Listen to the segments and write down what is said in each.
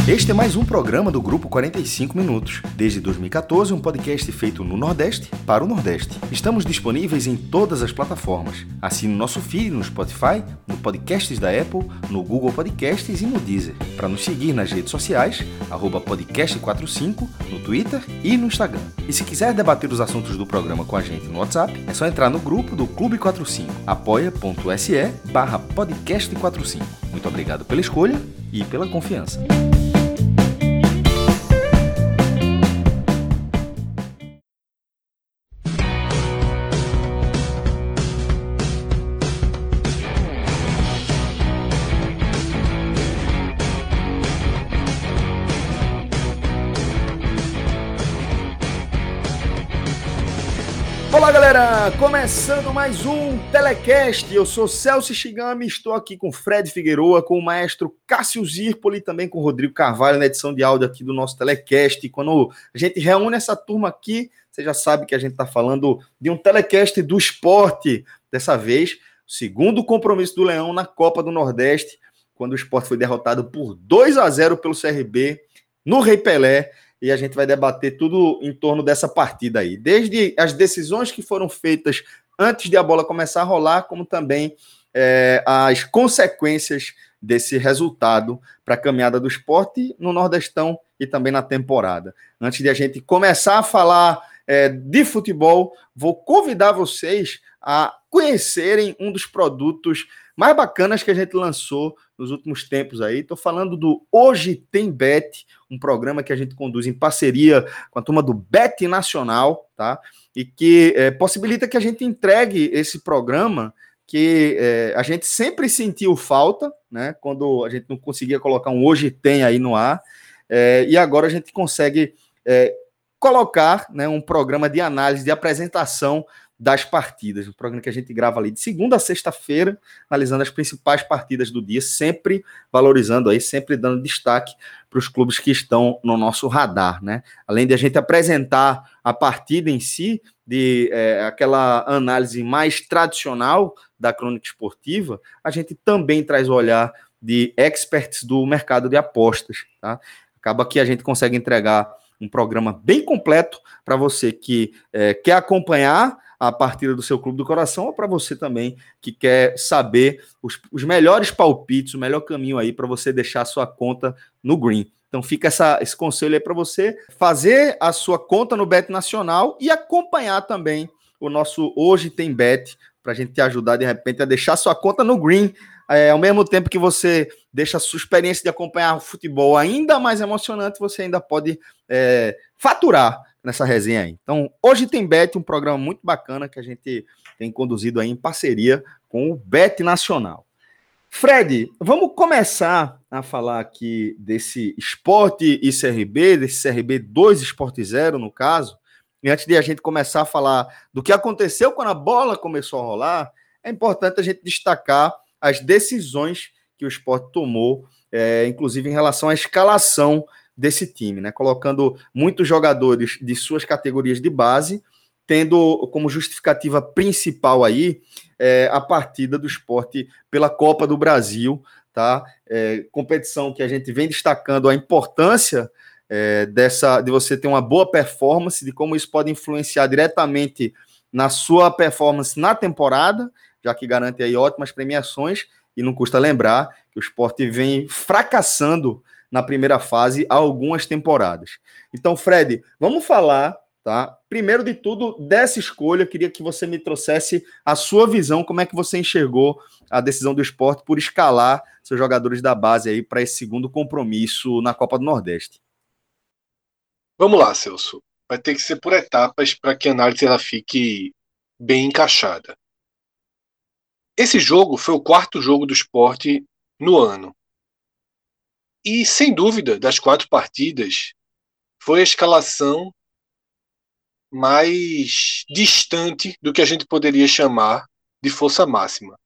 Este é mais um programa do Grupo 45 Minutos. Desde 2014, um podcast feito no Nordeste para o Nordeste. Estamos disponíveis em todas as plataformas. Assine o nosso feed no Spotify, no Podcasts da Apple, no Google Podcasts e no Deezer. Para nos seguir nas redes sociais, @podcast45, no Twitter e no Instagram. E se quiser debater os assuntos do programa com a gente no WhatsApp, é só entrar no grupo do Clube 45, apoia.se/podcast45. Muito obrigado pela escolha e pela confiança. Olá galera, começando mais um Telecast, eu sou Celso Shigami, estou aqui com Fred Figueroa, com o maestro Cássio Zirpoli, também com o Rodrigo Carvalho na edição de áudio aqui do nosso Telecast. Quando a gente reúne essa turma aqui, você já sabe que a gente está falando de um Telecast do esporte, dessa vez, o segundo compromisso do Leão na Copa do Nordeste, quando o Sport foi derrotado por 2-0 pelo CRB, no Rei Pelé. E a gente vai debater tudo em torno dessa partida aí. Desde as decisões que foram feitas antes de a bola começar a rolar, como também as consequências desse resultado para a caminhada do esporte no Nordestão e também na temporada. Antes de a gente começar a falar de futebol, vou convidar vocês a conhecerem um dos produtos mais bacanas que a gente lançou nos últimos tempos aí. Estou falando do Hoje Tem Bet, um programa que a gente conduz em parceria com a turma do Bet Nacional, tá? E que possibilita que a gente entregue esse programa que a gente sempre sentiu falta, né? Quando a gente não conseguia colocar um Hoje Tem aí no ar, e agora a gente consegue colocar, né, um programa de análise, de apresentação das partidas, um programa que a gente grava ali de segunda a sexta-feira, analisando as principais partidas do dia, sempre valorizando aí, sempre dando destaque para os clubes que estão no nosso radar, né? Além de a gente apresentar a partida em si, de aquela análise mais tradicional da crônica esportiva, a gente também traz o olhar de experts do mercado de apostas, tá? Acaba que a gente consegue entregar um programa bem completo para você que quer acompanhar a partida do seu clube do coração, ou para você também que quer saber os melhores palpites, o melhor caminho aí para você deixar a sua conta no green. Então fica esse conselho aí para você fazer a sua conta no Bet Nacional e acompanhar também o nosso Hoje Tem Bet, para a gente te ajudar de repente a deixar a sua conta no green, ao mesmo tempo que você deixa a sua experiência de acompanhar o futebol ainda mais emocionante, você ainda pode faturar nessa resenha aí. Então, Hoje Tem Bet, um programa muito bacana que a gente tem conduzido aí em parceria com o Bet Nacional. Fred, vamos começar a falar aqui desse Sport e CRB, desse CRB 2 Sport 0 no caso, e antes de a gente começar a falar do que aconteceu quando a bola começou a rolar, é importante a gente destacar as decisões que o Sport tomou, inclusive em relação à escalação desse time, né? Colocando muitos jogadores de suas categorias de base, tendo como justificativa principal aí a partida do Sport pela Copa do Brasil, tá? Competição que a gente vem destacando a importância de você ter uma boa performance, de como isso pode influenciar diretamente na sua performance na temporada, já que garante aí ótimas premiações, e não custa lembrar que o Sport vem fracassando na primeira fase há algumas temporadas. Então, Fred, vamos falar, tá? Primeiro de tudo, dessa escolha, eu queria que você me trouxesse a sua visão, como é que você enxergou a decisão do Sport por escalar seus jogadores da base aí para esse segundo compromisso na Copa do Nordeste. Vamos lá, Celso. Vai ter que ser por etapas para que a análise ela fique bem encaixada. Esse jogo foi o quarto jogo do Sport no ano. E, sem dúvida, das 4 partidas, foi a escalação mais distante do que a gente poderia chamar de força máxima.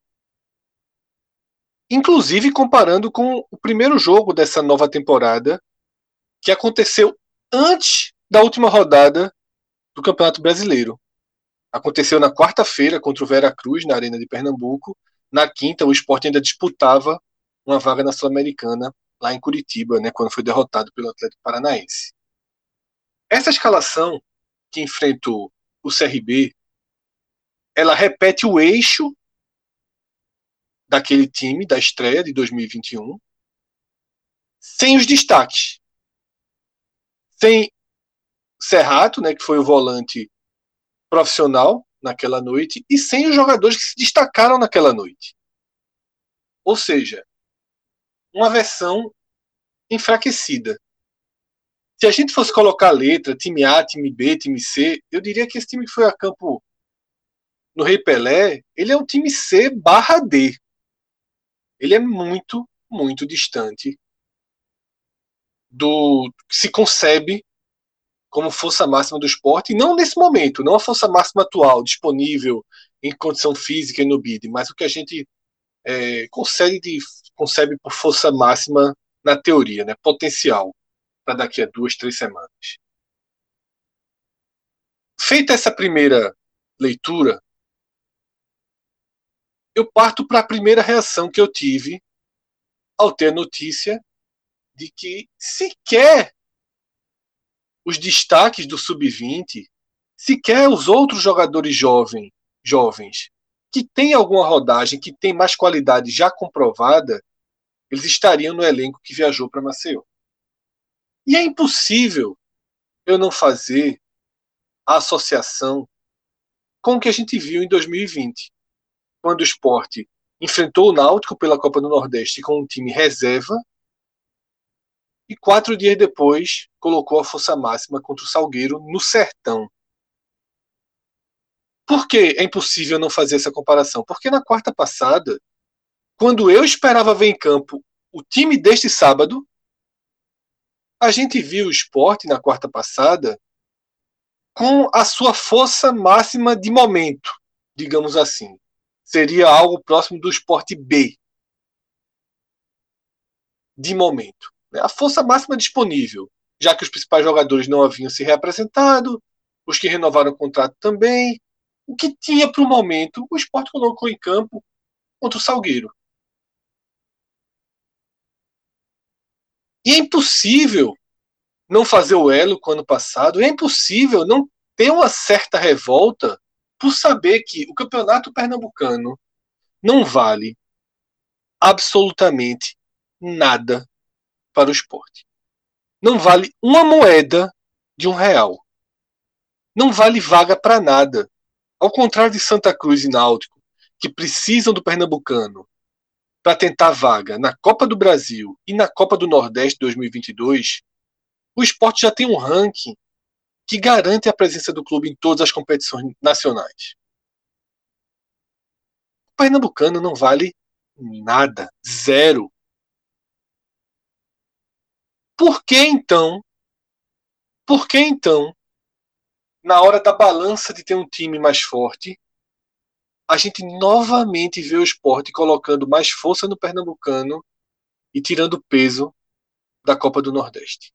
Inclusive comparando com o primeiro jogo dessa nova temporada, que aconteceu antes da última rodada do Campeonato Brasileiro. Aconteceu na quarta-feira contra o Veracruz, na Arena de Pernambuco. Na quinta, o Sport ainda disputava uma vaga na Sul-Americana lá em Curitiba, né, quando foi derrotado pelo Atlético Paranaense. Essa escalação que enfrentou o CRB, ela repete o eixo daquele time da estreia de 2021, sem os destaques. Sem Serrato, né, que foi o volante profissional naquela noite, e sem os jogadores que se destacaram naquela noite. Ou seja, uma versão enfraquecida. Se a gente fosse colocar a letra, time A, time B, time C, eu diria que esse time que foi a campo no Rei Pelé, ele é um time C barra D. Ele é muito, muito distante do que se concebe como força máxima do esporte, e não nesse momento, não a força máxima atual, disponível em condição física e no BID, mas o que a gente concebe por força máxima na teoria, né? Potencial para daqui a 2, 3 semanas. Feita essa primeira leitura, eu parto para a primeira reação que eu tive ao ter a notícia de que sequer os destaques do Sub-20, sequer os outros jogadores jovens que têm alguma rodagem, que têm mais qualidade já comprovada, eles estariam no elenco que viajou para Maceió. E é impossível eu não fazer a associação com o que a gente viu em 2020, quando o Sport enfrentou o Náutico pela Copa do Nordeste com um time reserva e 4 dias depois colocou a força máxima contra o Salgueiro no Sertão. Por que é impossível não fazer essa comparação? Porque na quarta passada, quando eu esperava ver em campo o time deste sábado, a gente viu o Sport na quarta passada com a sua força máxima de momento, digamos assim. Seria algo próximo do Sport B, de momento. A força máxima disponível, já que os principais jogadores não haviam se reapresentado, os que renovaram o contrato também. O que tinha para o momento, o Sport colocou em campo contra o Salgueiro. E é impossível não fazer o elo com o ano passado, é impossível não ter uma certa revolta por saber que o campeonato pernambucano não vale absolutamente nada para o esporte. Não vale uma moeda de R$ 1. Não vale vaga para nada. Ao contrário de Santa Cruz e Náutico, que precisam do pernambucano para tentar vaga na Copa do Brasil e na Copa do Nordeste 2022, o esporte já tem um ranking que garante a presença do clube em todas as competições nacionais. O pernambucano não vale nada, zero. Por que então, na hora da balança de ter um time mais forte, a gente novamente vê o esporte colocando mais força no pernambucano e tirando peso da Copa do Nordeste?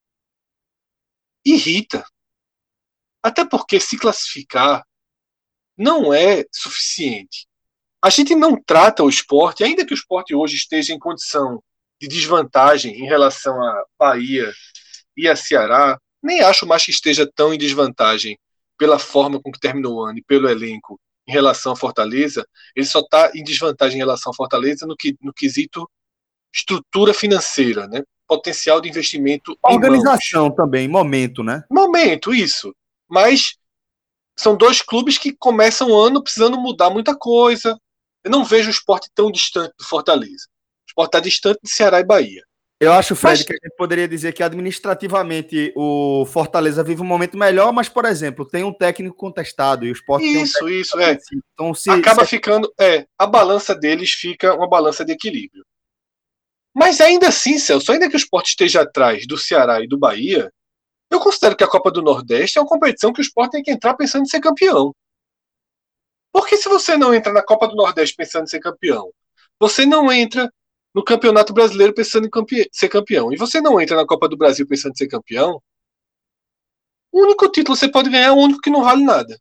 Irrita. Até porque se classificar não é suficiente. A gente não trata o esporte, ainda que o esporte hoje esteja em condição de desvantagem em relação a Bahia e a Ceará, nem acho mais que esteja tão em desvantagem pela forma com que terminou o ano e pelo elenco em relação a Fortaleza. Ele só está em desvantagem em relação a Fortaleza no quesito estrutura financeira, né? Potencial de investimento em mãos. Organização também, momento, né? Momento, isso. Mas são dois clubes que começam o ano precisando mudar muita coisa. Eu não vejo o esporte tão distante do Fortaleza. O esporte está distante de Ceará e Bahia. Eu acho, Fred, Mas, que a gente poderia dizer que administrativamente o Fortaleza vive um momento melhor, mas, por exemplo, tem um técnico contestado e o Sport tem um técnico isso, é. Então, Acaba ficando. A balança deles fica uma balança de equilíbrio. Mas ainda assim, Celso, ainda que o Sport esteja atrás do Ceará e do Bahia, eu considero que a Copa do Nordeste é uma competição que o Sport tem que entrar pensando em ser campeão. Porque se você não entra na Copa do Nordeste pensando em ser campeão, você não entra no Campeonato Brasileiro pensando em ser campeão, e você não entra na Copa do Brasil pensando em ser campeão, o único título que você pode ganhar é o único que não vale nada.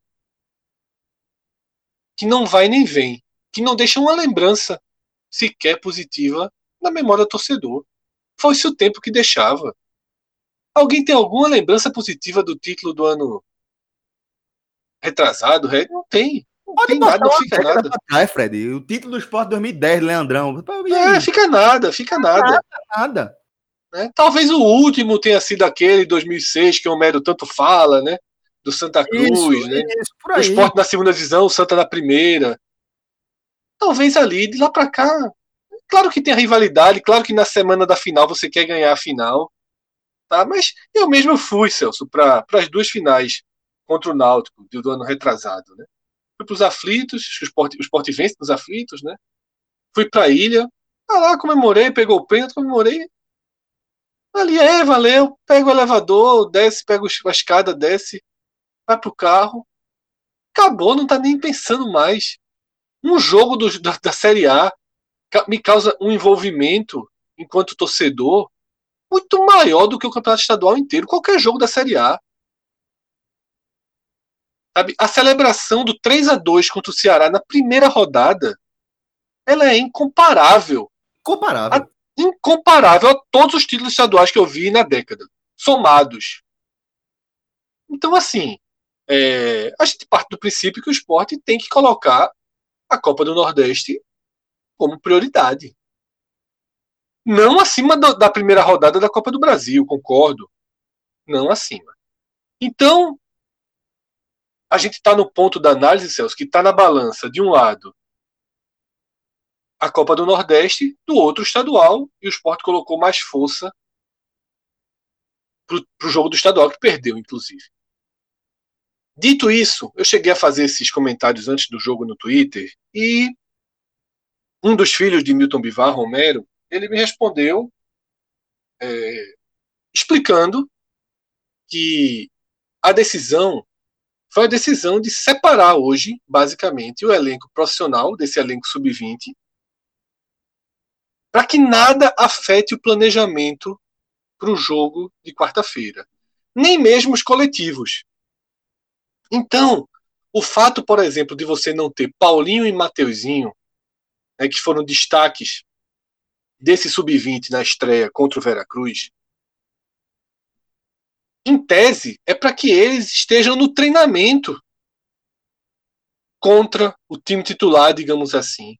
Que não vai nem vem. Que não deixa uma lembrança sequer positiva na memória do torcedor. Foi-se o tempo que deixava. Alguém tem alguma lembrança positiva do título do ano retrasado? Não tem. Não Pode tem nada, botar não uma fica década nada. pra trás, Fred. O título do Sport 2010, Leandrão. E É, aí? fica nada, fica nada. Nada. Né? Talvez o último tenha sido aquele 2006 que o Homero tanto fala, né? Do Santa Cruz, né? Por O aí. Sport na segunda divisão, o Santa na primeira. Talvez ali, de lá para cá. Claro que tem a rivalidade, claro que na semana da final você quer ganhar a final, tá? Mas eu mesmo fui, Celso, para as duas finais contra o Náutico do ano retrasado, né? Fui para os aflitos, o Sport vence nos aflitos, né? Fui para a ilha, lá comemorei, pegou o pênalti, comemorei. Ali valeu, pega o elevador, desce, pega a escada, desce, vai pro carro. Acabou, não tá nem pensando mais. Um jogo da Série A me causa um envolvimento enquanto torcedor muito maior do que o campeonato estadual inteiro. Qualquer jogo da Série A. Sabe? A celebração do 3-2 contra o Ceará na primeira rodada, ela é incomparável. Comparável. Incomparável a todos os títulos estaduais que eu vi na década, somados. Então, assim, a gente parte do princípio que o esporte tem que colocar a Copa do Nordeste como prioridade. Não acima da primeira rodada da Copa do Brasil, concordo. Não acima. Então, a gente está no ponto da análise, Celso, que está na balança, de um lado, a Copa do Nordeste, do outro, o estadual, e o esporte colocou mais força para o jogo do estadual, que perdeu, inclusive. Dito isso, eu cheguei a fazer esses comentários antes do jogo no Twitter, e um dos filhos de Milton Bivar, Romero, ele me respondeu explicando que a decisão foi a decisão de separar hoje, basicamente, o elenco profissional desse elenco sub-20 para que nada afete o planejamento para o jogo de quarta-feira. Nem mesmo os coletivos. Então, o fato, por exemplo, de você não ter Paulinho e Mateuzinho, né, que foram destaques desse sub-20 na estreia contra o Veracruz, em tese, é para que eles estejam no treinamento contra o time titular, digamos assim.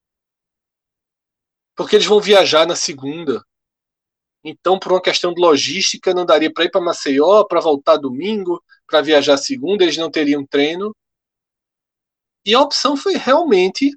Porque eles vão viajar na segunda. Então, por uma questão de logística, não daria para ir para Maceió, para voltar domingo, para viajar segunda, eles não teriam treino. E a opção foi realmente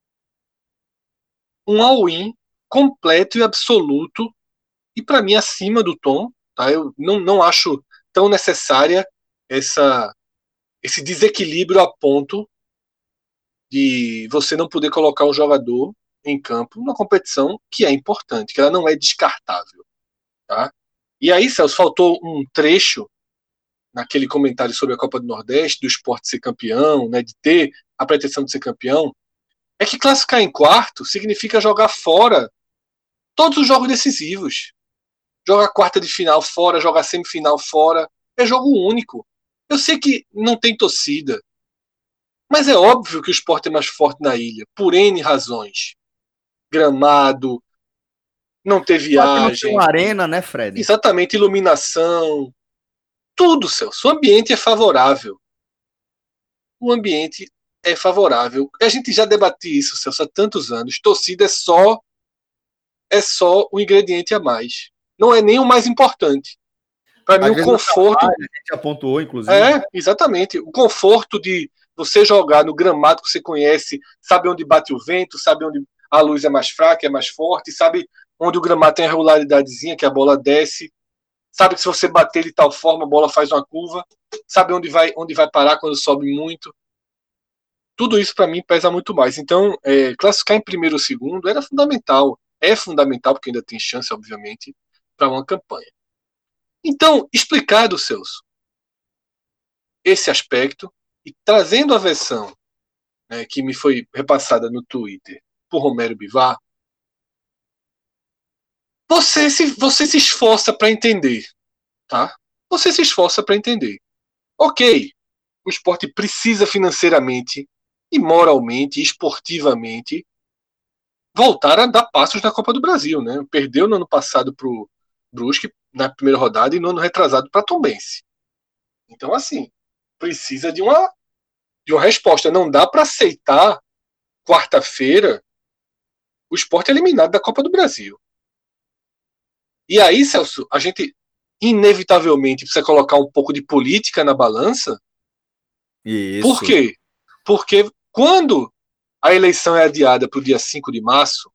um all-in completo e absoluto, e para mim acima do tom. Tá? Eu não acho tão necessária esse desequilíbrio a ponto de você não poder colocar um jogador em campo numa competição que é importante, que ela não é descartável. Tá? E aí, Celso, faltou um trecho naquele comentário sobre a Copa do Nordeste, do esporte ser campeão, né, de ter a pretensão de ser campeão, é que classificar em quarto significa jogar fora todos os jogos decisivos. Jogar quarta de final fora, jogar semifinal fora, é jogo único. Eu sei que não tem torcida, mas é óbvio que o esporte é mais forte na ilha, por N razões. Gramado, não ter Só que não tem viagem, uma arena, né, Fred? exatamente, iluminação, tudo, Celso. O ambiente é favorável. O ambiente é favorável. A gente já debatiu isso, Celso, há tantos anos. Torcida é só um ingrediente a mais. Não é nem o mais importante. Para mim, Às o vezes conforto. a gente apontou, inclusive. Exatamente. O conforto de você jogar no gramado que você conhece, sabe onde bate o vento, sabe onde a luz é mais fraca, é mais forte, sabe onde o gramado tem a regularidadezinha, que a bola desce, sabe que se você bater de tal forma, a bola faz uma curva, sabe onde vai parar quando sobe muito. Tudo isso para mim pesa muito mais. Então, classificar em primeiro ou segundo era fundamental. É fundamental, porque ainda tem chance, obviamente, para uma campanha. Então, explicado, Celso, esse aspecto, e trazendo a versão, né, que me foi repassada no Twitter por Romero Bivar, você se esforça para entender. Tá? Você se esforça para entender. Ok, o esporte precisa financeiramente e moralmente, esportivamente, voltar a dar passos na Copa do Brasil, né? Perdeu no ano passado para o Brusque na primeira rodada e no ano retrasado para Tombense. Então, assim, precisa de uma resposta. Não dá para aceitar quarta-feira o Sport eliminado da Copa do Brasil. E aí, Celso, a gente inevitavelmente precisa colocar um pouco de política na balança. Por Isso. quê? Porque quando a eleição é adiada para o dia 5 de março,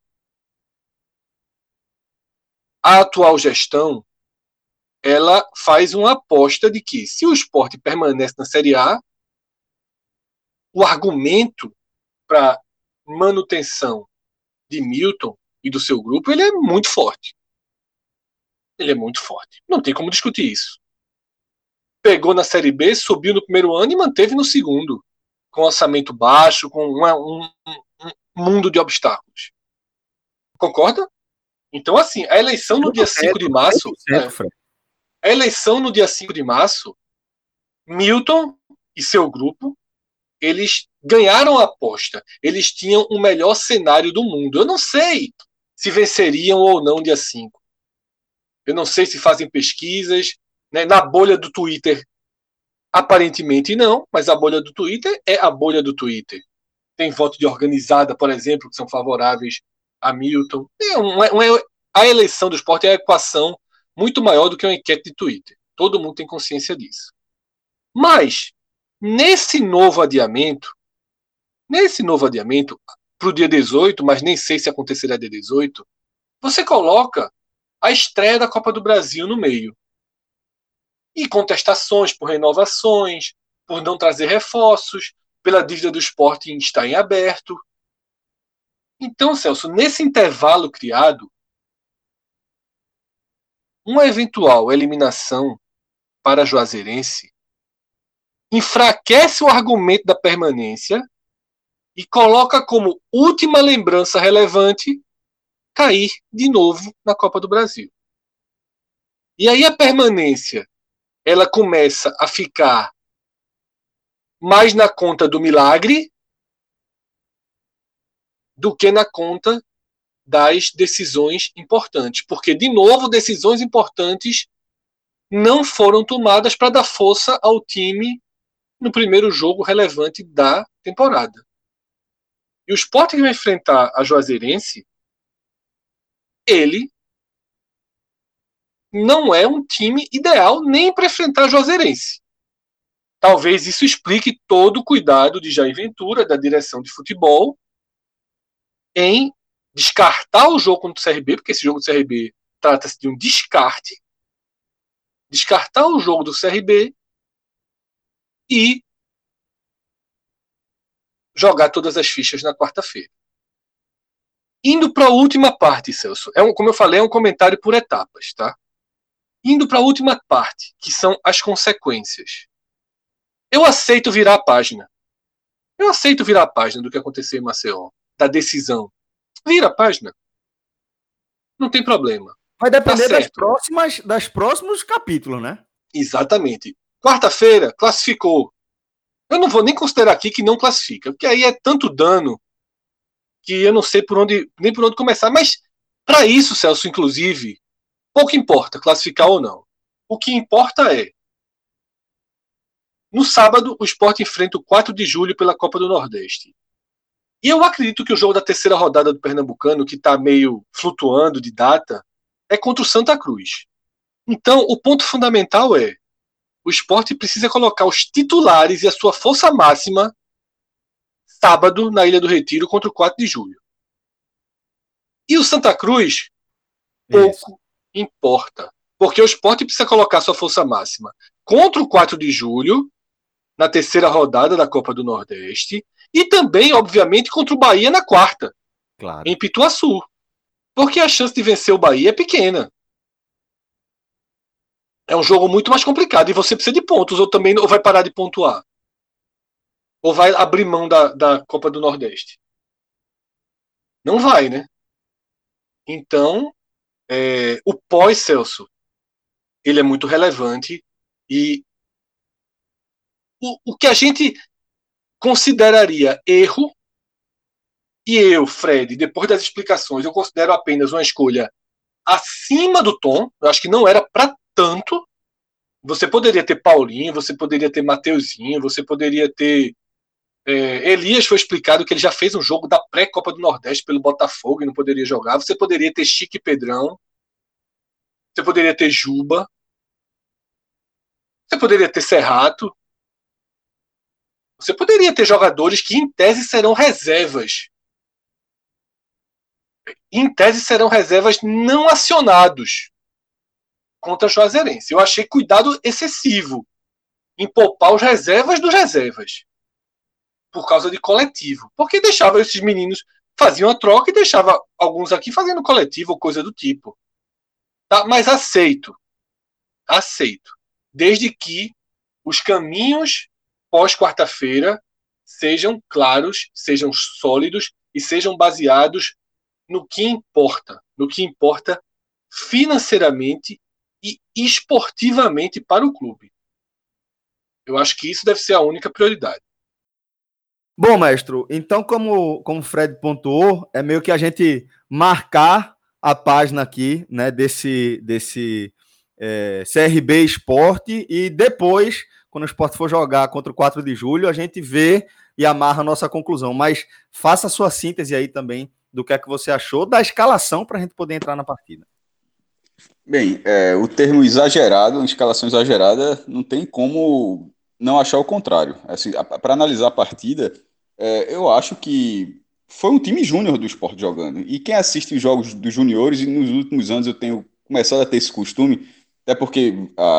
a atual gestão ela faz uma aposta de que se o Sport permanece na Série A, o argumento para manutenção de Milton e do seu grupo ele é muito forte. Ele é muito forte. Não tem como discutir isso. Pegou na Série B, subiu no primeiro ano e manteve no segundo, com orçamento baixo, com um mundo de obstáculos. Concorda? Então, assim, a eleição no dia 5 de março. 100%, a eleição no dia 5 de março, Milton e seu grupo, eles ganharam a aposta. Eles tinham o melhor cenário do mundo. Eu não sei se venceriam ou não dia 5. Eu não sei se fazem pesquisas. Né? Na bolha do Twitter, aparentemente não, mas a bolha do Twitter é a bolha do Twitter. Tem voto de organizada, por exemplo, que são favoráveis a Milton. A eleição do Sport é a equação muito maior do que uma enquete de Twitter. Todo mundo tem consciência disso. Mas, nesse novo adiamento para o dia 18, mas nem sei se acontecerá dia 18, você coloca a estreia da Copa do Brasil no meio. E contestações por renovações, por não trazer reforços, pela dívida do Sport estar em aberto. Então, Celso, nesse intervalo criado, uma eventual eliminação para Juazeirense enfraquece o argumento da permanência e coloca como última lembrança relevante cair de novo na Copa do Brasil. E aí a permanência ela começa a ficar mais na conta do milagre do que na conta das decisões importantes. Porque, de novo, decisões importantes não foram tomadas para dar força ao time no primeiro jogo relevante da temporada. E o Sport que vai enfrentar a Juazeirense, ele não é um time ideal nem para enfrentar a Juazeirense. Talvez isso explique todo o cuidado de Jair Ventura, da direção de futebol, em descartar o jogo contra o CRB, porque esse jogo do CRB trata-se de um descarte, descartar o jogo do CRB e jogar todas as fichas na quarta-feira. Indo para a última parte, Celso, como eu falei, é um comentário por etapas, tá? Indo para a última parte, que são as consequências. Eu aceito virar a página. Eu aceito virar a página do que aconteceu em Maceió, da decisão. Vira a página. Não tem problema. Vai depender das próximos capítulos, né? Exatamente. Quarta-feira, classificou. Eu não vou nem considerar aqui que não classifica, porque aí é tanto dano que eu não sei nem por onde começar. Mas, para isso, Celso, inclusive, pouco importa classificar ou não. O que importa é, no sábado, o Sport enfrenta o 4 de julho pela Copa do Nordeste. E eu acredito que o jogo da terceira rodada do Pernambucano, que está meio flutuando de data, é contra o Santa Cruz. Então, o ponto fundamental é, o Sport precisa colocar os titulares e a sua força máxima sábado na Ilha do Retiro contra o 4 de julho. E o Santa Cruz, pouco importa. Porque o Sport precisa colocar sua força máxima contra o 4 de julho, na terceira rodada da Copa do Nordeste, e também, obviamente, contra o Bahia na quarta, claro, em Pituaçu. Porque a chance de vencer o Bahia é pequena. É um jogo muito mais complicado e você precisa de pontos, ou vai parar de pontuar. Ou vai abrir mão da Copa do Nordeste. Não vai, né? Então, o pós-Celso, ele é muito relevante e o que a gente consideraria erro E eu, Fred, depois das explicações, eu considero apenas uma escolha acima do tom. Eu acho que não era para tanto. Você poderia ter Paulinho, você poderia ter Mateuzinho, você poderia ter. Elias foi explicado que ele já fez um jogo da pré-Copa do Nordeste pelo Botafogo e não poderia jogar. Você poderia ter Chique Pedrão. Você poderia ter Juba. Você poderia ter Serrato. Você poderia ter jogadores que, em tese, serão reservas. Em tese, serão reservas não acionados contra a Juazeirense. Eu achei cuidado excessivo em poupar os reservas dos reservas. Por causa de coletivo. Porque deixava esses meninos, faziam a troca e deixava alguns aqui fazendo coletivo ou coisa do tipo. Tá? Mas aceito. Aceito. Desde que os caminhos pós-quarta-feira sejam claros, sejam sólidos e sejam baseados no que importa financeiramente e esportivamente para o clube. Eu acho que isso deve ser a única prioridade. Bom, mestre, então como o Fred pontuou, é meio que a gente marcar a página aqui, né, desse CRB Esporte, e depois, quando o Esporte for jogar contra o 4 de julho, a gente vê e amarra a nossa conclusão. Mas faça a sua síntese aí também do que é que você achou da escalação para a gente poder entrar na partida. Bem, o termo exagerado, escalação exagerada, não tem como não achar o contrário. Assim, para analisar a partida, eu acho que foi um time júnior do Sport jogando. E quem assiste os jogos dos juniores, e nos últimos anos eu tenho começado a ter esse costume, até porque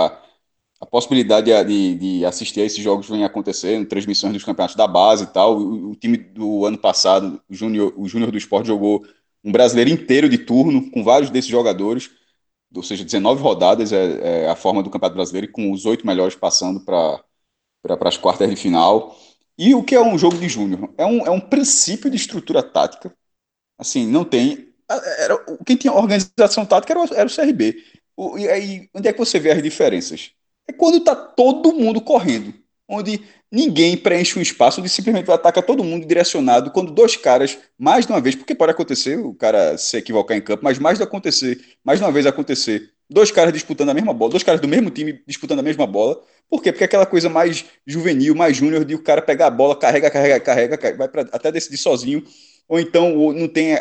a possibilidade de assistir a esses jogos vem acontecendo, transmissões dos campeonatos da base e tal. O time do ano passado, o Júnior do Sport, jogou um brasileiro inteiro de turno, com vários desses jogadores, ou seja, 19 rodadas é a forma do Campeonato Brasileiro, e com os 8 melhores passando para as quartas de final. E o que é um jogo de júnior? É um princípio de estrutura tática. Assim, não tem. Quem tinha organização tática era o CRB. E aí, onde é que você vê as diferenças? É quando está todo mundo correndo, onde ninguém preenche um espaço, onde simplesmente ataca todo mundo direcionado, quando dois caras, mais de uma vez, porque pode acontecer o cara se equivocar em campo, mas mais de uma vez acontecer, dois caras disputando a mesma bola, dois caras do mesmo time disputando a mesma bola. Por quê? Porque é aquela coisa mais juvenil, mais júnior, de o cara pegar a bola, carrega, vai até decidir sozinho, ou então não tem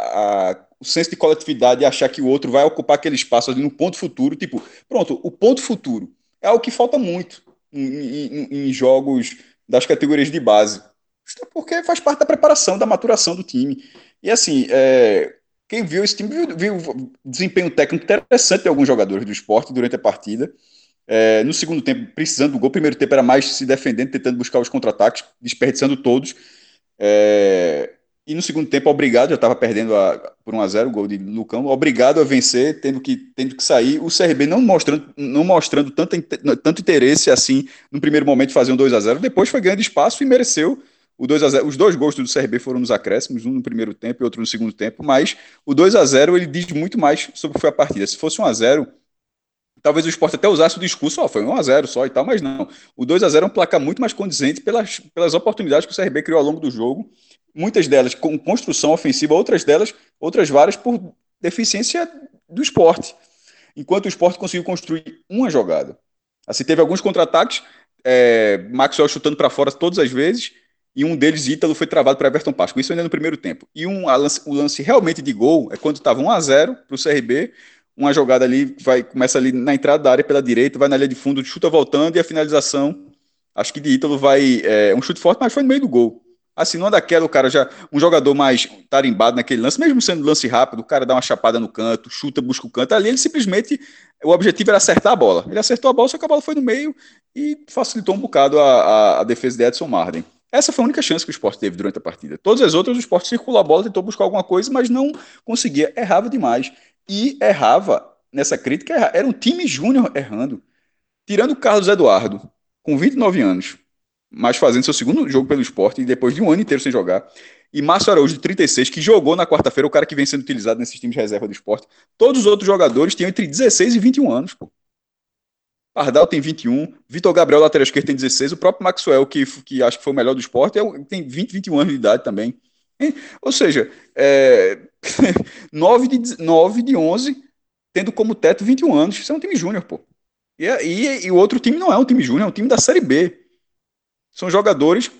o senso de coletividade e achar que o outro vai ocupar aquele espaço ali no ponto futuro. Tipo, pronto, o ponto futuro é algo que falta muito em jogos das categorias de base, porque faz parte da preparação, da maturação do time. E assim, quem viu esse time viu desempenho técnico interessante de alguns jogadores do esporte durante a partida. No segundo tempo, precisando do gol. Primeiro tempo era mais se defendendo, tentando buscar os contra-ataques, desperdiçando todos. E no segundo tempo, obrigado, já estava perdendo por 1-0 o gol de Lucão, obrigado a vencer, tendo que sair. O CRB não mostrando tanto interesse assim no primeiro momento de fazer um 2-0. Depois foi ganhando espaço e mereceu o 2-0. Os dois gols do CRB foram nos acréscimos, um no primeiro tempo e outro no segundo tempo, mas o 2-0 ele diz muito mais sobre o que foi a partida. Se fosse 1-0, talvez o Sport até usasse o discurso, foi 1-0 só e tal, mas não. O 2-0 é um placar muito mais condizente pelas oportunidades que o CRB criou ao longo do jogo, muitas delas com construção ofensiva, outras várias por deficiência do Sport. Enquanto o Sport conseguiu construir uma jogada. Assim, teve alguns contra-ataques, Maxwell chutando para fora todas as vezes, e um deles, Ítalo, foi travado para Everton Pasco. Isso ainda no primeiro tempo. E o lance realmente de gol é quando estava 1-0 para o CRB, uma jogada ali, começa ali na entrada da área pela direita, vai na linha de fundo, chuta voltando, e a finalização, acho que de Ítalo vai, um chute forte, mas foi no meio do gol. Assim, não é daquela, o cara já, um jogador mais tarimbado naquele lance, mesmo sendo lance rápido, o cara dá uma chapada no canto, chuta, busca o canto, ali ele simplesmente, o objetivo era acertar a bola. Ele acertou a bola, só que a bola foi no meio e facilitou um bocado a defesa de Edson Marden. Essa foi a única chance que o Sport teve durante a partida. Todas as outras, o Sport circulou a bola, tentou buscar alguma coisa, mas não conseguia, errava demais. E errava, nessa crítica, era um time júnior errando. Tirando o Carlos Eduardo, com 29 anos, mas fazendo seu segundo jogo pelo Sport, e depois de um ano inteiro sem jogar, e Márcio Araújo, de 36, que jogou na quarta-feira, o cara que vem sendo utilizado nesses times de reserva do Sport, todos os outros jogadores tinham entre 16 e 21 anos, pô. Pardal tem 21, Vitor Gabriel, lateral esquerdo, tem 16, o próprio Maxwell, que acho que foi o melhor do Sport, tem 20, 21 anos de idade também. Ou seja, 9 de 11, tendo como teto 21 anos. Isso é um time júnior, pô. E o outro time não é um time júnior, é um time da Série B. São jogadores.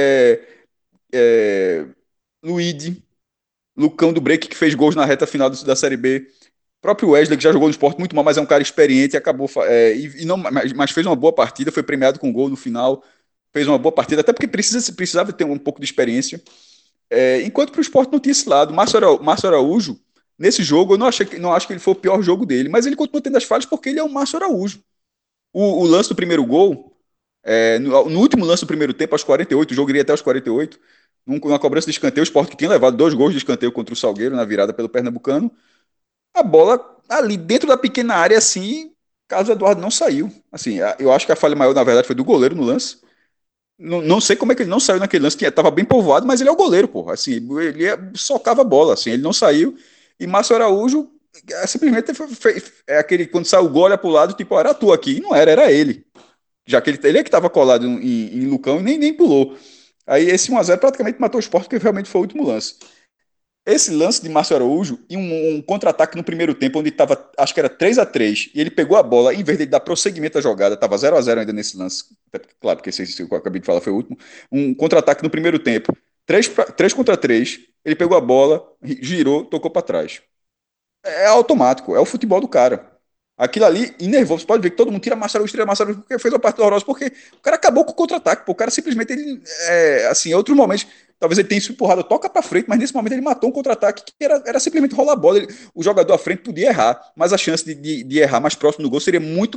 Luigi, Lucão do Break, que fez gols na reta final da Série B. O próprio Wesley, que já jogou no esporte muito mal, mas é um cara experiente e acabou. Mas fez uma boa partida, foi premiado com gol no final. Fez uma boa partida, até porque precisava ter um pouco de experiência. Enquanto para o esporte não tinha esse lado. Márcio Araújo, nesse jogo, eu não acho que ele foi o pior jogo dele, mas ele continua tendo as falhas porque ele é o Márcio Araújo. O lance do primeiro gol, no último lance do primeiro tempo, aos 48, o jogo iria até aos 48, numa cobrança de escanteio, o Sport que tinha levado 2 gols de escanteio contra o Salgueiro na virada pelo Pernambucano, a bola ali dentro da pequena área, assim, Carlos Eduardo não saiu. Assim, eu acho que a falha maior, na verdade, foi do goleiro no lance. Não sei como é que ele não saiu naquele lance, que estava bem povoado, mas ele é o goleiro, porra. Assim, ele socava a bola, assim, ele não saiu. E Márcio Araújo simplesmente aquele, quando saiu o gol, olha pro lado, tipo, era tu aqui. E não era ele. Já que ele é que estava colado em Lucão e nem pulou. Aí esse 1-0 praticamente matou o Sport, porque realmente foi o último lance. Esse lance de Márcio Araújo e um contra-ataque no primeiro tempo, onde estava, acho que era 3-3, e ele pegou a bola, em vez de dar prosseguimento à jogada, estava 0-0 ainda nesse lance, claro, porque esse que eu acabei de falar foi o último, um contra-ataque no primeiro tempo, 3 contra 3, ele pegou a bola, girou, tocou para trás. É automático, é o futebol do cara. Aquilo ali enervou. Você pode ver que todo mundo tira Márcio Araújo, porque fez uma parte horrorosa, porque o cara acabou com o contra-ataque. O cara simplesmente, assim, em outros momentos, talvez ele tenha se empurrado, toca pra frente, mas nesse momento ele matou um contra-ataque que era simplesmente rolar a bola. O jogador à frente podia errar, mas a chance de errar mais próximo do gol seria muito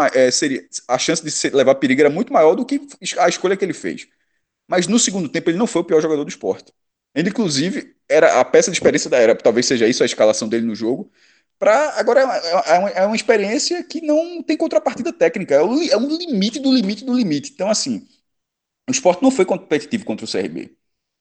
a chance de levar perigo era muito maior do que a escolha que ele fez. Mas no segundo tempo ele não foi o pior jogador do esporte. Ele, inclusive, era a peça de experiência da era, talvez seja isso a escalação dele no jogo. Agora é uma experiência que não tem contrapartida técnica, é um limite do limite do limite. Então, assim, o esporte não foi competitivo contra o CRB.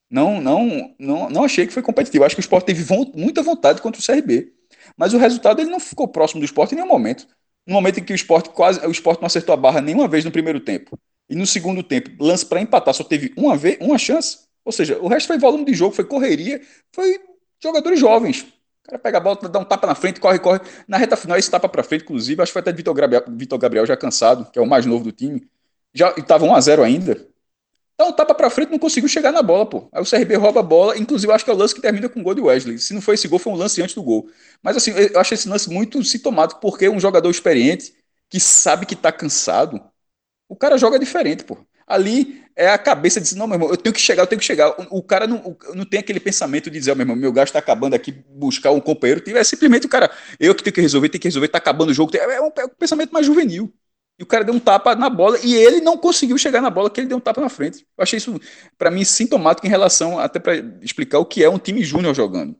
Não achei que foi competitivo. Acho que o esporte teve muita vontade contra o CRB. Mas o resultado ele não ficou próximo do esporte em nenhum momento. No momento em que o esporte não acertou a barra nenhuma vez no primeiro tempo. E no segundo tempo, lance para empatar, só teve uma chance. Ou seja, o resto foi volume de jogo, foi correria, foi jogadores jovens. O cara pega a bola, dá um tapa na frente, corre. Na reta final, esse tapa para frente, inclusive, acho que foi até Vitor Gabriel já cansado, que é o mais novo do time. Já estava 1-0 ainda. Dá um tapa pra frente, não conseguiu chegar na bola, pô. Aí o CRB rouba a bola, inclusive eu acho que é o lance que termina com o gol de Wesley. Se não foi esse gol, foi um lance antes do gol. Mas assim, eu acho esse lance muito sintomático, porque um jogador experiente, que sabe que tá cansado, o cara joga diferente, pô. Ali é a cabeça de dizer, não, meu irmão, eu tenho que chegar, eu tenho que chegar. O cara não tem aquele pensamento de dizer, oh, meu irmão, meu gasto tá acabando aqui, buscar um companheiro. É simplesmente o cara, eu que tenho que resolver, tá acabando o jogo. É um pensamento mais juvenil. E o cara deu um tapa na bola e ele não conseguiu chegar na bola, que ele deu um tapa na frente. Eu achei isso, para mim, sintomático em relação, até para explicar o que é um time júnior jogando.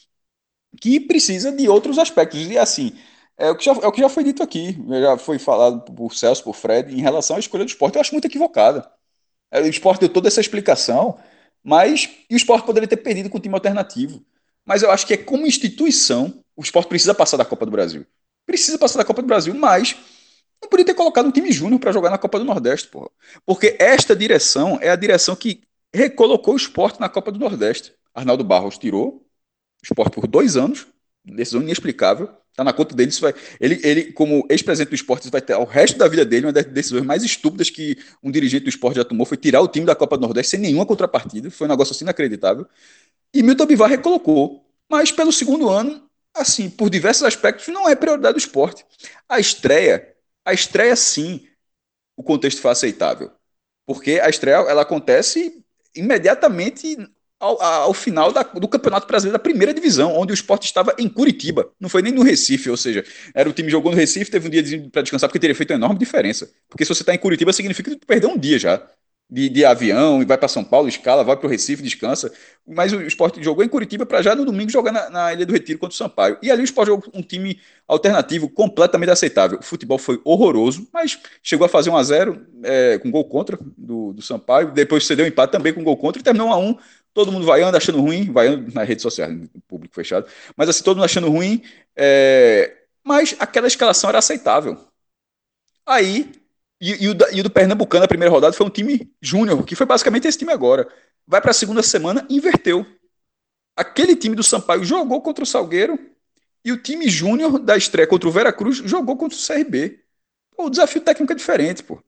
Que precisa de outros aspectos. E assim, é o que já foi dito aqui, já foi falado por Celso, por Fred, em relação à escolha do esporte. Eu acho muito equivocada. O esporte deu toda essa explicação, mas e o esporte poderia ter perdido com o time alternativo. Mas eu acho que como instituição, o esporte precisa passar da Copa do Brasil. Precisa passar da Copa do Brasil, mas não podia ter colocado um time júnior para jogar na Copa do Nordeste, porra. Porque esta direção é a direção que recolocou o esporte na Copa do Nordeste. Arnaldo Barros tirou o esporte por 2 anos, decisão inexplicável. Tá na conta dele. Ele, como ex-presidente do esporte, vai ter o resto da vida dele uma das decisões mais estúpidas que um dirigente do esporte já tomou. Foi tirar o time da Copa do Nordeste sem nenhuma contrapartida. Foi um negócio assim inacreditável. E Milton Bivar recolocou. Mas pelo segundo ano, assim, por diversos aspectos, não é prioridade do esporte. A estreia, a estreia sim, o contexto foi aceitável. Porque a estreia ela acontece imediatamente ao final do Campeonato Brasileiro da primeira divisão, onde o Sport estava em Curitiba, não foi nem no Recife, ou seja, era o time que jogou no Recife, teve um dia para descansar, porque teria feito uma enorme diferença. Porque se você está em Curitiba, significa que tu perdeu um dia já. De avião, e vai para São Paulo, escala, vai para o Recife, descansa. Mas o Sport jogou em Curitiba para já no domingo jogar na Ilha do Retiro contra o Sampaio. E ali o Sport jogou um time alternativo completamente aceitável. O futebol foi horroroso, mas chegou a fazer 1-0 com gol contra do Sampaio. Depois cedeu um empate também com gol contra e terminou 1-1. Todo mundo vaiando, achando ruim, vaiando nas redes sociais, no público fechado. Mas assim, todo mundo achando ruim. Mas aquela escalação era aceitável. Aí, o do Pernambucano, a primeira rodada, foi um time júnior, que foi basicamente esse time agora. Vai para a segunda semana, inverteu. aquele time do Sampaio jogou contra o Salgueiro e o time júnior da estreia contra o Veracruz jogou contra o CRB. Pô, o desafio técnico é diferente, pô.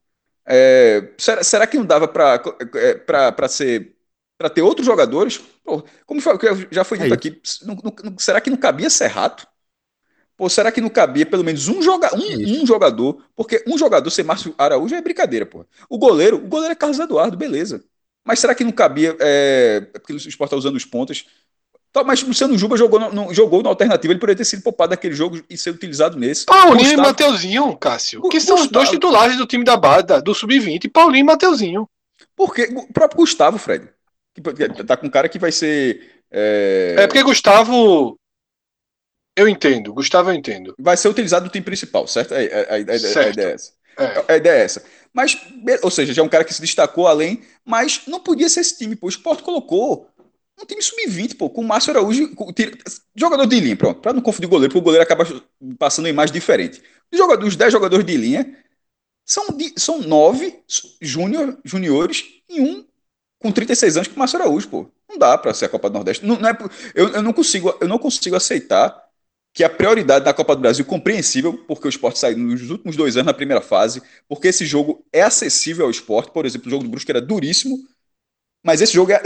Será que não dava para ser para ter outros jogadores? Pô, como já foi dito aqui, será que não cabia Serrato? Pô, será que não cabia pelo menos um jogador? Porque um jogador ser Márcio Araújo é brincadeira, pô. O goleiro é Carlos Eduardo, beleza. Mas será que não cabia? Porque o Sport está usando os pontas. Mas o Luciano Juba jogou na alternativa, ele poderia ter sido poupado daquele jogo e ser utilizado nesse. Paulinho e Mateuzinho, Cássio, que são os dois titulares do time da base, do Sub-20, Paulinho e Mateuzinho. Porque o próprio Gustavo, Fred, que tá com um cara que vai ser... porque Gustavo... Eu entendo. Vai ser utilizado no time principal, certo? A ideia é essa. A ideia é essa. Mas, ou seja, já é um cara que se destacou além, mas não podia ser esse time, pô. O Sport colocou um time sub-20, pô, com o Márcio Araújo, jogador de linha, pronto, para não confundir o goleiro, porque o goleiro acaba passando uma imagem diferente. Os 10 jogadores de linha são 9 juniores e um com 36 anos com o Márcio Araújo, pô. Não dá para ser a Copa do Nordeste. Eu não consigo aceitar que a prioridade da Copa do Brasil, compreensível, porque o Sport saiu nos últimos 2 anos na primeira fase, porque esse jogo é acessível ao Sport, por exemplo, o jogo do Brusque era duríssimo, mas esse jogo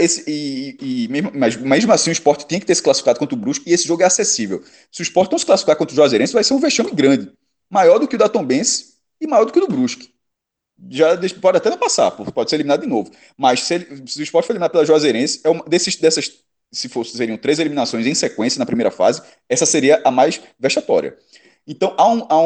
mesmo assim o Sport tinha que ter se classificado contra o Brusque e esse jogo é acessível. Se o Sport não se classificar contra o Juazeirense, vai ser um vexame grande, maior do que o da Tombense e maior do que o do Brusque. Já pode até não passar, pode ser eliminado de novo. Mas se o Sport for eliminado pela Juazeirense, se seriam 3 eliminações em sequência na primeira fase, essa seria a mais vexatória. Então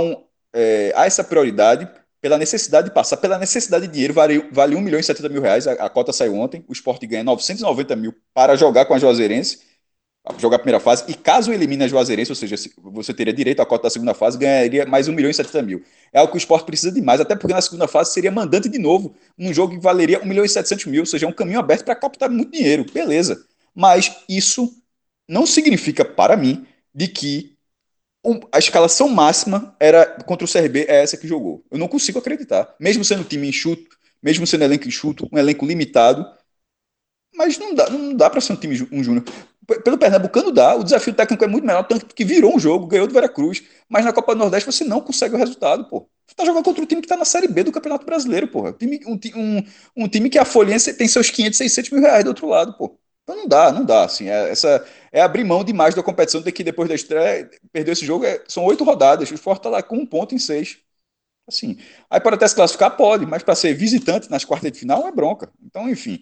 há essa prioridade pela necessidade de passar, pela necessidade de dinheiro, vale 1 milhão e 70 mil reais, a cota saiu ontem, o Sport ganha 990 mil para jogar com a Juazeirense, jogar a primeira fase, e caso elimine a Juazeirense, ou seja, você teria direito à cota da segunda fase, ganharia mais 1 milhão e 70 mil. É algo que o Sport precisa demais, até porque na segunda fase seria mandante de novo, um jogo que valeria 1 milhão e 700 mil, ou seja, é um caminho aberto para captar muito dinheiro, beleza. Mas isso não significa para mim de que a escalação máxima era contra o CRB, é essa que jogou. Eu não consigo acreditar. Mesmo sendo um time enxuto, mesmo sendo elenco enxuto, um elenco limitado, mas não dá para ser um time júnior. Pelo Pernambucano dá, o desafio técnico é muito menor, tanto que virou um jogo, ganhou do Veracruz, mas na Copa do Nordeste você não consegue o resultado, pô. Você tá jogando contra um time que tá na Série B do Campeonato Brasileiro, porra. Um time que a folhinha tem seus 500, 600 mil reais do outro lado, pô. Então não dá, assim, essa é abrir mão demais da competição, ter que depois da estreia, perder esse jogo, são 8 rodadas, o Sport tá lá com 1 ponto em 6. Assim, aí pode até se classificar, pode, mas para ser visitante nas quartas de final é bronca. Então, enfim,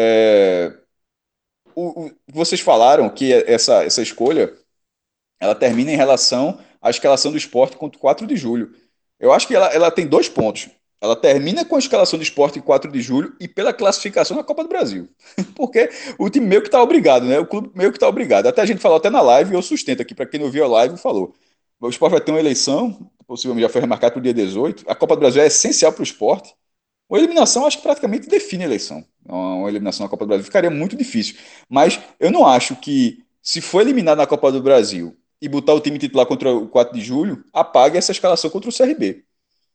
vocês falaram que essa escolha ela termina em relação à escalação do Sport contra o 4 de julho. Eu acho que ela tem 2 pontos. Ela termina com a escalação do Sport em 4 de julho e pela classificação na Copa do Brasil. Porque o time meio que está obrigado, né? O clube meio que está obrigado. Até a gente falou até na live, eu sustento aqui, para quem não viu a live, falou. O Sport vai ter uma eleição, possivelmente já foi remarcado para o dia 18. A Copa do Brasil é essencial para o Sport. Uma eliminação, acho que praticamente define a eleição. Uma eliminação na Copa do Brasil ficaria muito difícil. Mas eu não acho que, se for eliminado na Copa do Brasil e botar o time titular contra o 4 de julho, apague essa escalação contra o CRB.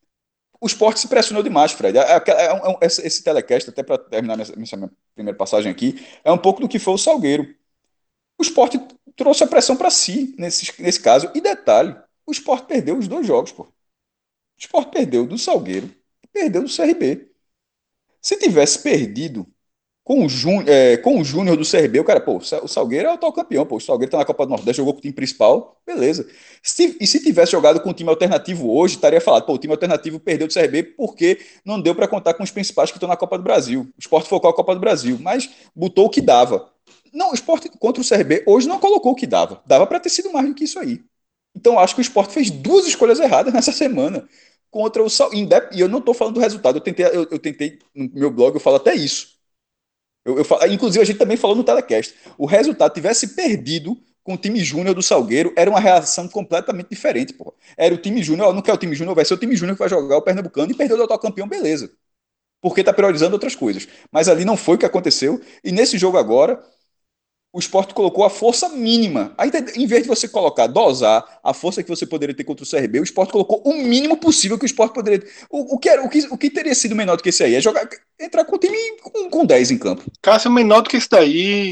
O Sport se pressionou demais, Fred. Esse telecast, até para terminar minha primeira passagem aqui, é um pouco do que foi o Salgueiro. O Sport trouxe a pressão para si, nesse caso. E detalhe, o Sport perdeu os 2 jogos, pô. O Sport perdeu do Salgueiro e perdeu do CRB. Se tivesse perdido com o Júnior do CRB, o cara, pô, o Salgueiro é o atual campeão, pô, o Salgueiro tá na Copa do Nordeste, jogou com o time principal, beleza. Se tivesse jogado com o time alternativo hoje, estaria falado, pô, o time alternativo perdeu do CRB porque não deu para contar com os principais que estão na Copa do Brasil. O Sport focou a Copa do Brasil, mas botou o que dava. Não, o Sport contra o CRB hoje não colocou o que dava. Dava para ter sido mais do que isso aí. Então acho que o Sport fez 2 escolhas erradas nessa semana contra o Salgueiro. E eu não estou falando do resultado, eu tentei no meu blog, eu falo até isso. Inclusive, a gente também falou no telecast. O resultado tivesse perdido com o time júnior do Salgueiro, era uma reação completamente diferente, pô. Era o time júnior, não quer o time júnior, vai ser o time júnior que vai jogar o Pernambucano e perdeu o atual campeão, beleza. Porque tá priorizando outras coisas. Mas ali não foi o que aconteceu. E nesse jogo agora, o Sport colocou a força mínima. Aí, em vez de você dosar a força que você poderia ter contra o CRB, o Sport colocou o mínimo possível que o Sport poderia ter. O que teria sido menor do que esse aí? É entrar com o time com 10 em campo. Cássio, menor do que esse daí.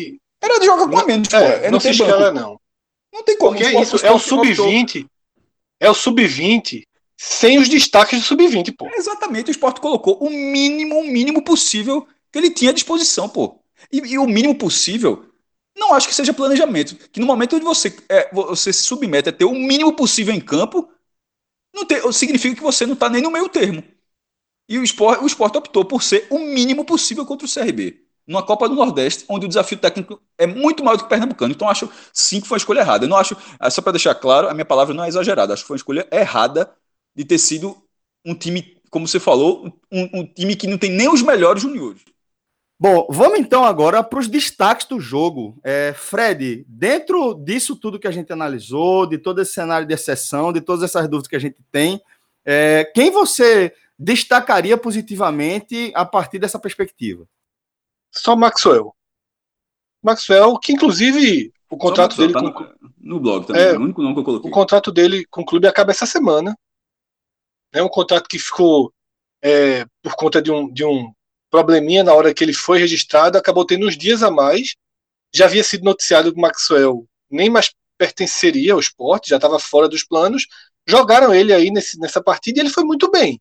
Era de jogar com a menos, pô. Não se escala, não. Não tem como. Porque é isso, é o sub-20. É o sub-20 sem os destaques do sub-20, pô. Exatamente, o Sport colocou o mínimo possível que ele tinha à disposição, pô. E o mínimo possível, não acho que seja planejamento. Que no momento onde você se submete a ter o mínimo possível em campo, significa que você não está nem no meio termo. E o Sport optou por ser o mínimo possível contra o CRB. Numa Copa do Nordeste, onde o desafio técnico é muito maior do que o Pernambucano. Então, acho sim que foi uma escolha errada. Eu não acho, só para deixar claro, a minha palavra não é exagerada. Acho que foi uma escolha errada de ter sido um time, como você falou, um time que não tem nem os melhores juniores. Bom, vamos então agora para os destaques do jogo. Fred, dentro disso tudo que a gente analisou, de todo esse cenário de exceção, de todas essas dúvidas que a gente tem, quem você destacaria positivamente a partir dessa perspectiva? Só Maxwell. Maxwell, que inclusive o contrato dele... Tá no blog também, o único nome que eu coloquei. O contrato dele com o clube acaba essa semana. É um contrato que ficou por conta de um probleminha na hora que ele foi registrado, acabou tendo uns dias a mais. Já havia sido noticiado que o Maxwell nem mais pertenceria ao Sport, já estava fora dos planos. Jogaram ele aí nessa partida e ele foi muito bem.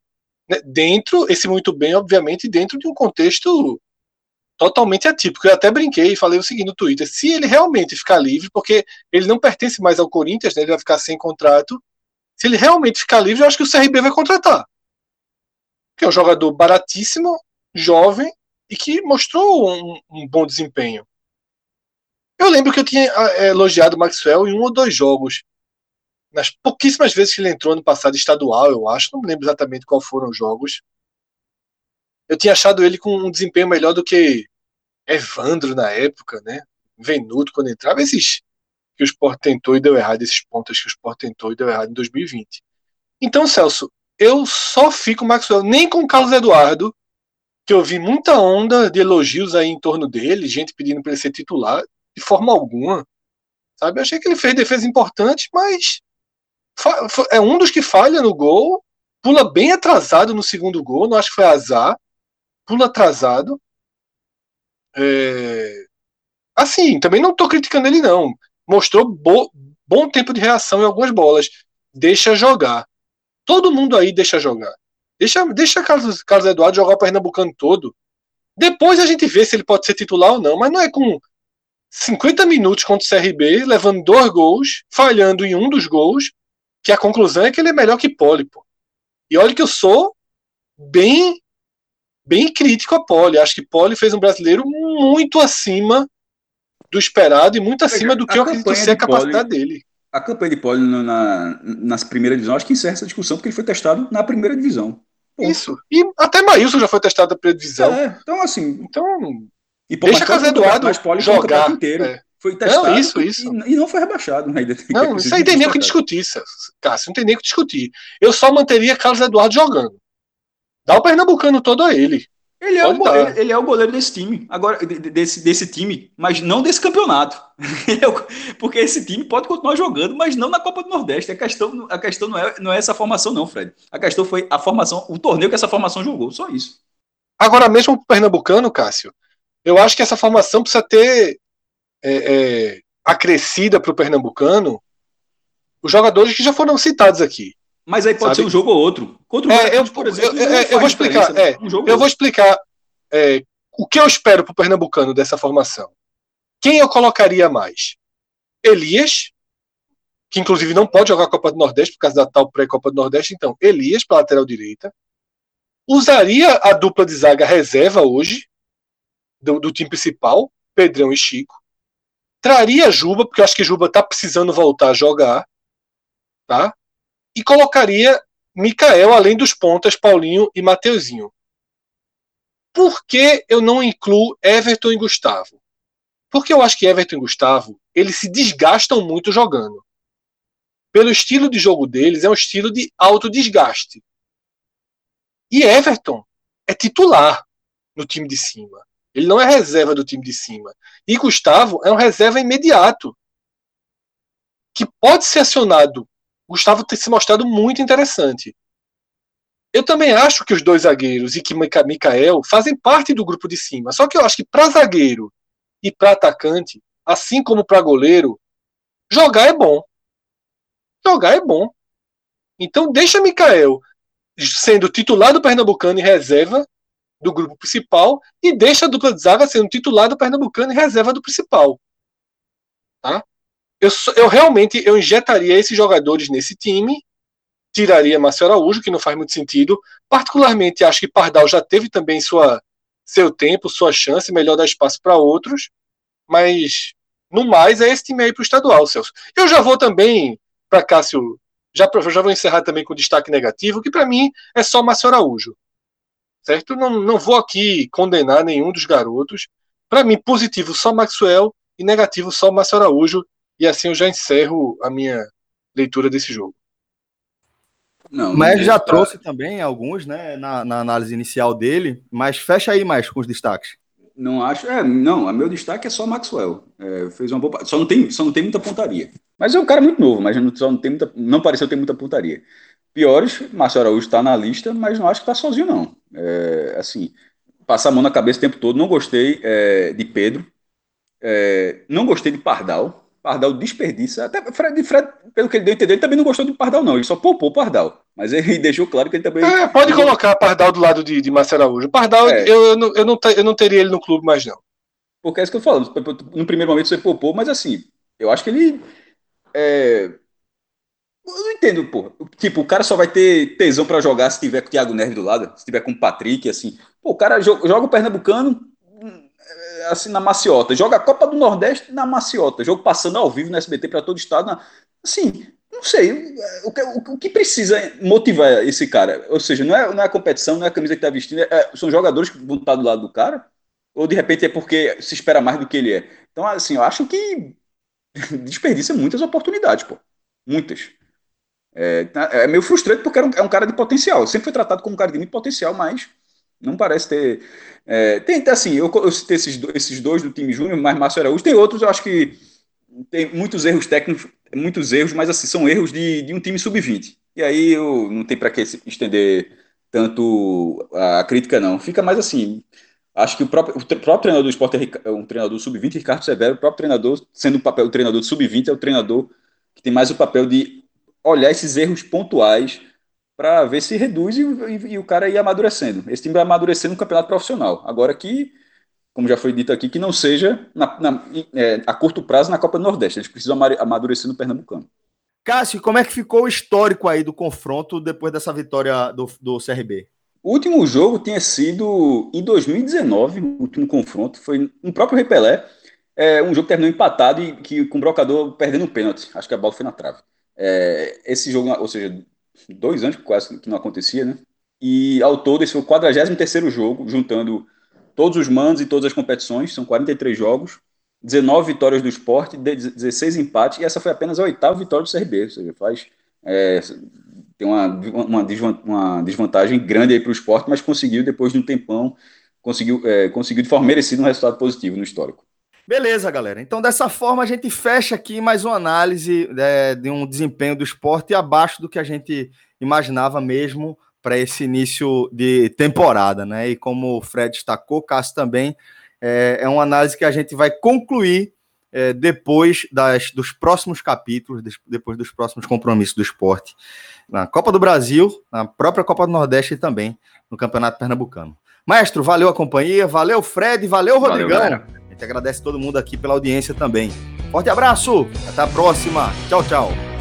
Muito bem, obviamente, dentro de um contexto totalmente atípico. Eu até brinquei e falei o seguinte no Twitter: se ele realmente ficar livre, porque ele não pertence mais ao Corinthians, né, ele vai ficar sem contrato. Se ele realmente ficar livre, eu acho que o CRB vai contratar. Que é um jogador baratíssimo, jovem e que mostrou um bom desempenho. Eu lembro que eu tinha elogiado o Maxwell em 1 ou 2 jogos. Nas pouquíssimas vezes que ele entrou no passado estadual, eu acho. Não me lembro exatamente qual foram os jogos. Eu tinha achado ele com um desempenho melhor do que Evandro na época, né? Venuto quando entrava. Esses que o Sport tentou e deu errado. Esses pontos que o Sport tentou e deu errado em 2020. Então, Celso, eu só fico Maxwell, nem com o Carlos Eduardo, que eu vi muita onda de elogios aí em torno dele, gente pedindo para ele ser titular, de forma alguma. Sabe? Eu achei que ele fez defesa importante, mas é um dos que falha no gol, pula bem atrasado no segundo gol, não acho que foi azar, pula atrasado. Assim, também não estou criticando ele não. Mostrou bom tempo de reação em algumas bolas. Deixa jogar. Todo mundo aí deixa jogar. Deixa Carlos Eduardo jogar o Pernambucano todo. Depois a gente vê se ele pode ser titular ou não, mas não é com 50 minutos contra o CRB, levando 2 gols, falhando em um dos gols, que a conclusão é que ele é melhor que Poli, pô. E olha que eu sou bem crítico a Poli. Acho que Poli fez um brasileiro muito acima do esperado e muito acima do que eu acredito ser a capacidade dele. A campanha de Poli nas primeiras divisões, acho que encerra essa discussão, porque ele foi testado na primeira divisão. Ponto. Isso. E até Maílson já foi testado na primeira divisão. Então, assim... deixa Carlos Eduardo jogar. Inteiro. Foi testado não, isso. E não foi rebaixado. Não, isso aí tem nem o que discutir, Cássio. Não tem nem o que discutir. Eu só manteria Carlos Eduardo jogando. Dá o Pernambucano todo a ele. Ele é o goleiro desse time. Agora, desse time, mas não desse campeonato. Porque esse time pode continuar jogando, mas não na Copa do Nordeste. A questão não é essa formação, não, Fred. A questão foi a formação, o torneio que essa formação jogou. Só isso. Agora, mesmo o Pernambucano, Cássio, eu acho que essa formação precisa ter acrescida para o Pernambucano os jogadores que já foram citados aqui. Mas aí pode ser um jogo ou outro. Contra o por exemplo, eu vou explicar. Eu vou explicar o que eu espero para o Pernambucano dessa formação. Quem eu colocaria mais? Elias, que inclusive não pode jogar a Copa do Nordeste por causa da tal pré-Copa do Nordeste. Então, Elias para lateral direita. Usaria a dupla de zaga reserva hoje do time principal, Pedrão e Chico. Traria Juba, porque eu acho que Juba está precisando voltar a jogar. Tá? E colocaria Mikael, além dos pontas, Paulinho e Mateuzinho. Por que eu não incluo Everton e Gustavo? Porque eu acho que Everton e Gustavo, eles se desgastam muito jogando. Pelo estilo de jogo deles, é um estilo de alto desgaste. E Everton é titular no time de cima. Ele não é reserva do time de cima. E Gustavo é um reserva imediato, que pode ser acionado. Gustavo tem se mostrado muito interessante. Eu também acho que os 2 zagueiros e que Mikael fazem parte do grupo de cima. Só que eu acho que para zagueiro e para atacante, assim como para goleiro, jogar é bom. Jogar é bom. Então deixa Mikael sendo titular do Pernambucano e reserva do grupo principal e deixa a dupla de zaga sendo titular do Pernambucano e reserva do principal. Tá? Eu realmente injetaria esses jogadores nesse time, tiraria Márcio Araújo, que não faz muito sentido. Particularmente, acho que Pardal já teve também seu tempo, sua chance, melhor dar espaço para outros, mas no mais é esse time aí para o estadual, Celso. Eu já vou também para Cássio, já vou encerrar também com destaque negativo, que para mim é só Márcio Araújo. Certo? Não vou aqui condenar nenhum dos garotos. Para mim, positivo só Maxwell e negativo só Márcio Araújo. E assim eu já encerro a minha leitura desse jogo. Não, mas já trouxe também alguns, né, na análise inicial dele, mas fecha aí mais com os destaques. Não acho, não, meu destaque é só Maxwell. Fez uma boa, só não tem muita pontaria. Mas é um cara muito novo, mas não pareceu ter muita pontaria. Piores, Márcio Araújo está na lista, mas não acho que está sozinho, não. Assim, passar a mão na cabeça o tempo todo. Não gostei de Pedro. Não gostei de Pardal. Pardal desperdiça. Até Fred, pelo que ele deu a entender, ele também não gostou de Pardal, não. Ele só poupou Pardal. Mas ele deixou claro que ele também. Pode colocar Pardal do lado de Márcio Araújo. Pardal, eu não teria ele no clube mais, não. Porque é isso que eu falo. No primeiro momento você poupou, mas assim, eu acho que ele. Eu não entendo, pô. Tipo, o cara só vai ter tesão pra jogar se tiver com o Thiago Neves do lado, se tiver com o Patrick, assim. Pô, o cara joga o Pernambucano assim na maciota, joga a Copa do Nordeste na maciota, jogo passando ao vivo no SBT para todo estado. Assim, não sei. O que precisa motivar esse cara? Ou seja, não é a competição, não é a camisa que tá vestindo, são jogadores que vão estar do lado do cara? Ou de repente é porque se espera mais do que ele é? Então, assim, eu acho que desperdiça muitas oportunidades, pô. Muitas. É meio frustrante porque é um cara de potencial. Sempre foi tratado como um cara de muito potencial, mas não parece ter. Tem assim, eu citei esses dois do time júnior, mas Márcio Araújo. Tem outros, eu acho que tem muitos erros técnicos, muitos erros, mas assim, são erros de um time sub-20. E aí eu não tem para que estender tanto a crítica, não. Fica mais assim. Acho que o próprio treinador do Sport é um treinador sub-20, Ricardo Severo, o próprio treinador, sendo o treinador do sub-20, é o treinador que tem mais o papel de olhar esses erros pontuais para ver se reduz e o cara ir amadurecendo. Esse time vai amadurecendo no campeonato profissional. Agora que, como já foi dito aqui, que não seja a curto prazo na Copa do Nordeste. Eles precisam amadurecer no Pernambucano. Cássio, como é que ficou o histórico aí do confronto depois dessa vitória do CRB? O último jogo tinha sido em 2019, o último confronto, foi no próprio Repelé, um jogo que terminou empatado e com o Brocador perdendo um pênalti. Acho que a bola foi na trave. Esse jogo, ou seja, 2 anos quase que não acontecia, né? E ao todo esse foi o 43º jogo, juntando todos os mandos e todas as competições, são 43 jogos, 19 vitórias do Sport, 16 empates, e essa foi apenas a 8ª vitória do CRB, ou seja, tem uma desvantagem grande aí para o Sport, mas conseguiu, depois de um tempão, conseguiu de forma merecida um resultado positivo no histórico. Beleza, galera. Então, dessa forma, a gente fecha aqui mais uma análise de um desempenho do Sport abaixo do que a gente imaginava mesmo para esse início de temporada, né? E como o Fred destacou, Cássio também, é uma análise que a gente vai concluir depois dos próximos capítulos, depois dos próximos compromissos do Sport na Copa do Brasil, na própria Copa do Nordeste e também no Campeonato Pernambucano. Maestro, valeu a companhia, valeu Fred, valeu Rodrigão. Valeu, a gente agradece todo mundo aqui pela audiência também. Forte abraço, até a próxima. Tchau, tchau.